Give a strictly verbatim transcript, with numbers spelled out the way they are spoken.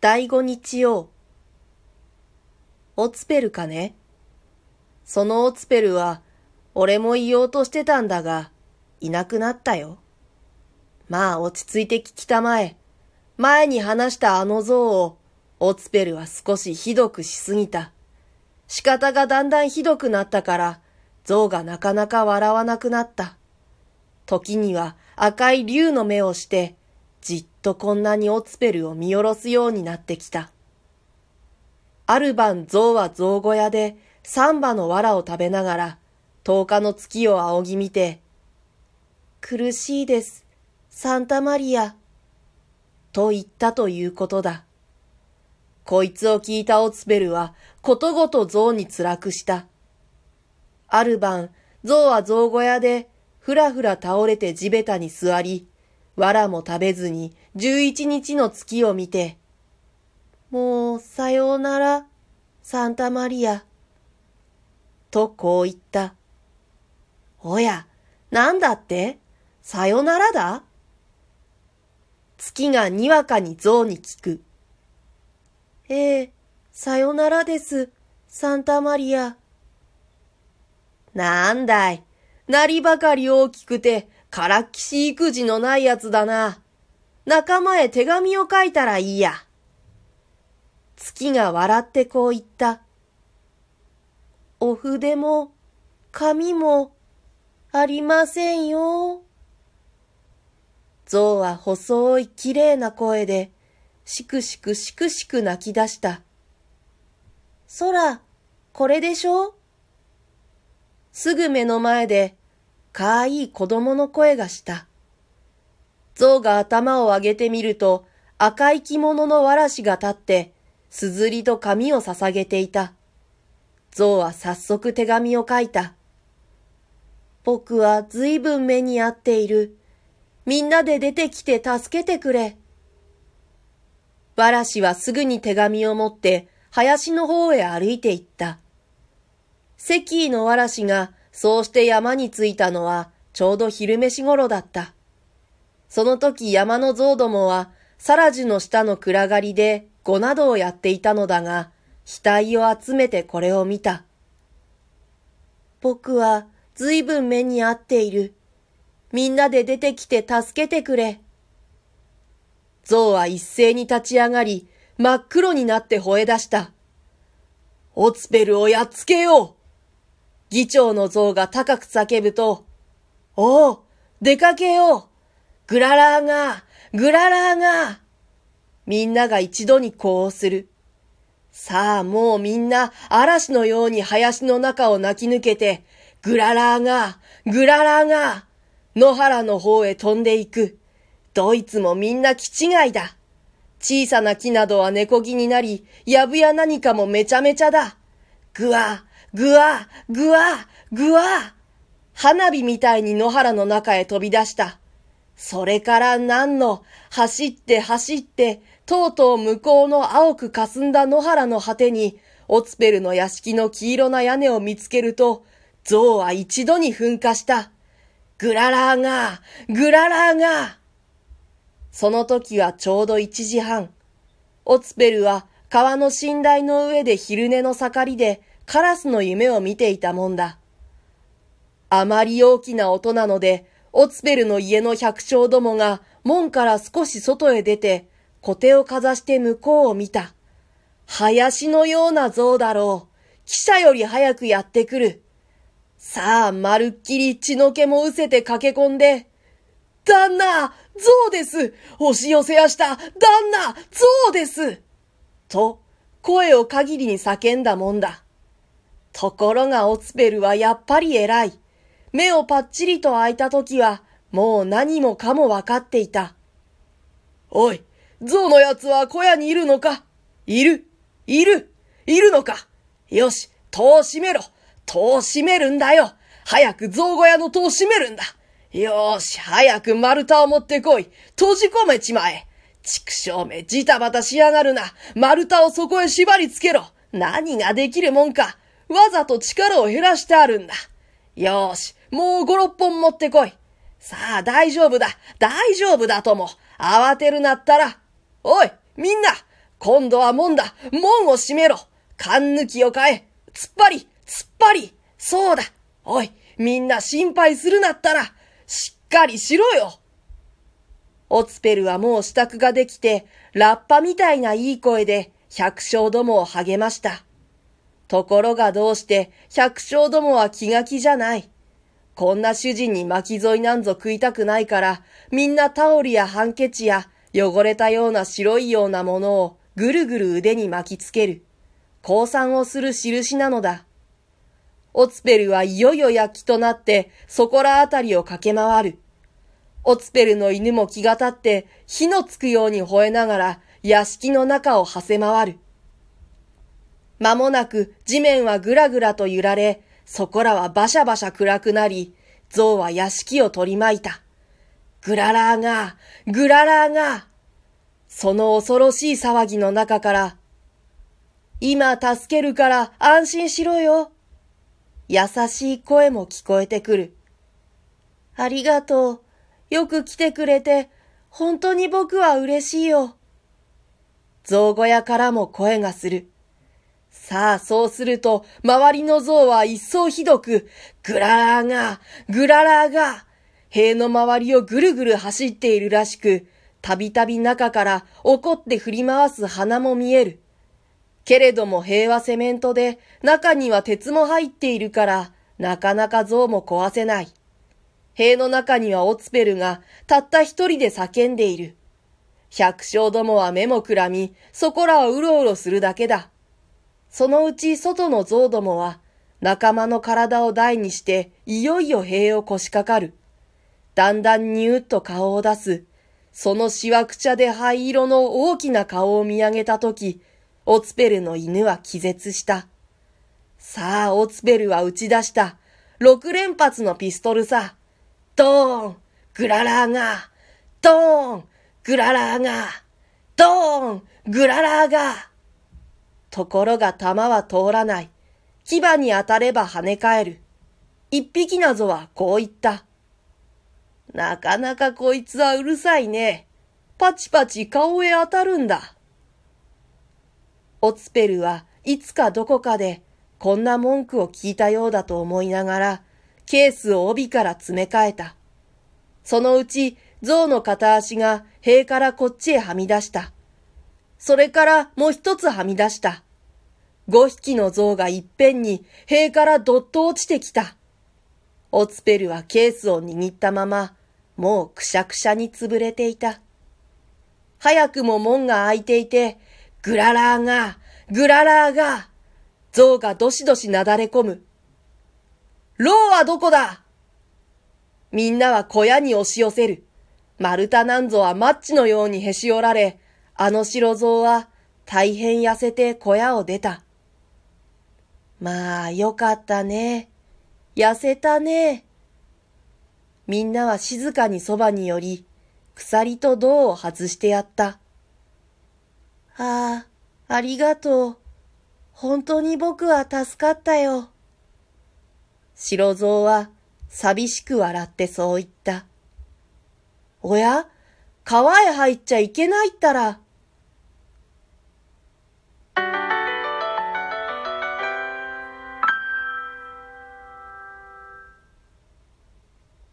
第五日曜。オツペルかね。そのオツペルは、俺も言おうとしてたんだが、いなくなったよ。まあ落ち着いて聞きたまえ。前に話したあの像を、オツペルは少しひどくしすぎた。仕方がだんだんひどくなったから、像がなかなか笑わなくなった。時には赤い竜の目をして、じっとこんなにオツペルを見下ろすようになってきた。ある晩象は象小屋で三羽の藁を食べながら、十日の月を仰ぎ見て、苦しいです、サンタマリア、と言ったということだ。こいつを聞いたオツペルはことごと象に辛くした。ある晩、象は象小屋でふらふら倒れて地べたに座り、藁も食べずに十一日の月を見て、もうさようなら、サンタマリア。とこう言った。おや、なんだって？さよならだ？月がにわかに象に聞く。ええ、さよならです、サンタマリア。なんだい、なりばかり大きくて、からっきし育児のないやつだな。仲間へ手紙を書いたらいいや。月が笑ってこう言った。お筆も紙もありませんよ。象は細いきれいな声でしくしくしくしく泣き出した。そら、これでしょ？すぐ目の前でかわいい子供の声がした。象が頭を上げてみると赤い着物のわらしが立ってすずりと紙を捧げていた。象は早速手紙を書いた。僕はずいぶん目に遭っている。みんなで出てきて助けてくれ。わらしはすぐに手紙を持って林の方へ歩いて行った。石井のわらしがそうして山に着いたのはちょうど昼飯頃だった。その時山の象どもはサラジュの下の暗がりで碁などをやっていたのだが、額を集めてこれを見た。僕はずいぶん目に遭っている。みんなで出てきて助けてくれ。象は一斉に立ち上がり、真っ黒になって吠え出した。オツペルをやっつけよう。議長の象が高く叫ぶと、おう、出かけよう。グララーが、グララーが。みんなが一度に呼応する。さあもうみんな嵐のように林の中を泣き抜けて、グララーが、グララーが、野原の方へ飛んでいく。どいつもみんな気違いだ。小さな木などは根こぎになり、やぶや何かもめちゃめちゃだ。ぐわ、ぐわ、ぐわ、ぐわ。花火みたいに野原の中へ飛び出した。それからなんの、走って走って、とうとう向こうの青く霞んだ野原の果てに、オツペルの屋敷の黄色な屋根を見つけると、象は一度に噴火した。グララーが、グララーが。その時はちょうど一時半。オツペルは川の寝台の上で昼寝の盛りでカラスの夢を見ていたもんだ。あまり大きな音なので、オツペルの家の百姓どもが門から少し外へ出て、小手をかざして向こうを見た。林のような象だろう。汽車より早くやってくる。さあ、まるっきり血の気も失せて駆け込んで、旦那、象です。押し寄せやした、旦那、象です。と、声を限りに叫んだもんだ。ところがオツペルはやっぱり偉い。目をパッチリと開いたときは、もう何もかもわかっていた。おい、象のやつは小屋にいるのか？いる、いる、いるのか？よし、戸を閉めろ。戸を閉めるんだよ。早く象小屋の戸を閉めるんだ。よーし、早く丸太を持ってこい。閉じ込めちまえ。畜生め、ジタバタしやがるな。丸太をそこへ縛りつけろ。何ができるもんか。わざと力を減らしてあるんだ。よーし、もう五六本持ってこい。さあ、大丈夫だ。大丈夫だとも。慌てるなったら。おい、みんな、 今度は門だ。門を閉めろ。勘抜きを変え。突っ張り、突っ張り。そうだ。おい、みんな心配するなったら、しっかりしろよ。オツペルはもう支度ができて、ラッパみたいないい声で百姓どもを励ました。ところがどうして百姓どもは気が気じゃない。こんな主人に巻き添いなんぞ食いたくないから、みんなタオルやハンケチや汚れたような白いようなものをぐるぐる腕に巻きつける。降参をする印なのだ。オツペルはいよいよ躍起となってそこらあたりを駆け回る。オツペルの犬も気が立って火のつくように吠えながら屋敷の中を馳せ回る。間もなく地面はぐらぐらと揺られ、そこらはバシャバシャ暗くなり、象は屋敷を取り巻いた。ぐららーが、ぐららーが。その恐ろしい騒ぎの中から、今助けるから安心しろよ。優しい声も聞こえてくる。ありがとう。よく来てくれて、本当に僕は嬉しいよ。象小屋からも声がする。さあ、そうすると、周りの象は一層ひどく、ぐららーが、ぐららーが、塀の周りをぐるぐる走っているらしく、たびたび中から怒って振り回す鼻も見える。けれども塀はセメントで、中には鉄も入っているから、なかなか象も壊せない。塀の中にはオツペルがたった一人で叫んでいる。百姓どもは目もくらみ、そこらをうろうろするだけだ。そのうち外の象どもは仲間の体を台にしていよいよ塀を越しかかる。だんだんにゅーっと顔を出す。そのしわくちゃで灰色の大きな顔を見上げたとき、オツペルの犬は気絶した。さあ、オツペルは打ち出した。六連発のピストルさ。ドーン、グララーが、ドーン、グララーが、ドーン、グララーが。ところが弾は通らない。牙に当たれば跳ね返る。一匹謎はこう言った。なかなかこいつはうるさいね。パチパチ顔へ当たるんだ。オツペルはいつかどこかでこんな文句を聞いたようだと思いながら、ケースを帯から詰め替えた。そのうち象の片足が塀からこっちへはみ出した。それからもう一つはみ出した。五匹の象がいっぺんに塀からどっと落ちてきた。オツペルはケースを握ったまま、もうくしゃくしゃに潰れていた。早くも門が開いていて、ぐららーが、ぐららーが、象がどしどしなだれ込む。牢はどこだ？みんなは小屋に押し寄せる。丸太なんぞはマッチのようにへし折られ、あの白象は大変痩せて小屋を出た。まあ、よかったね。痩せたね。みんなは静かにそばに寄り、鎖と胴を外してやった。ああ、ありがとう。本当に僕は助かったよ。白象は寂しく笑ってそう言った。おや、川へ入っちゃいけないったら。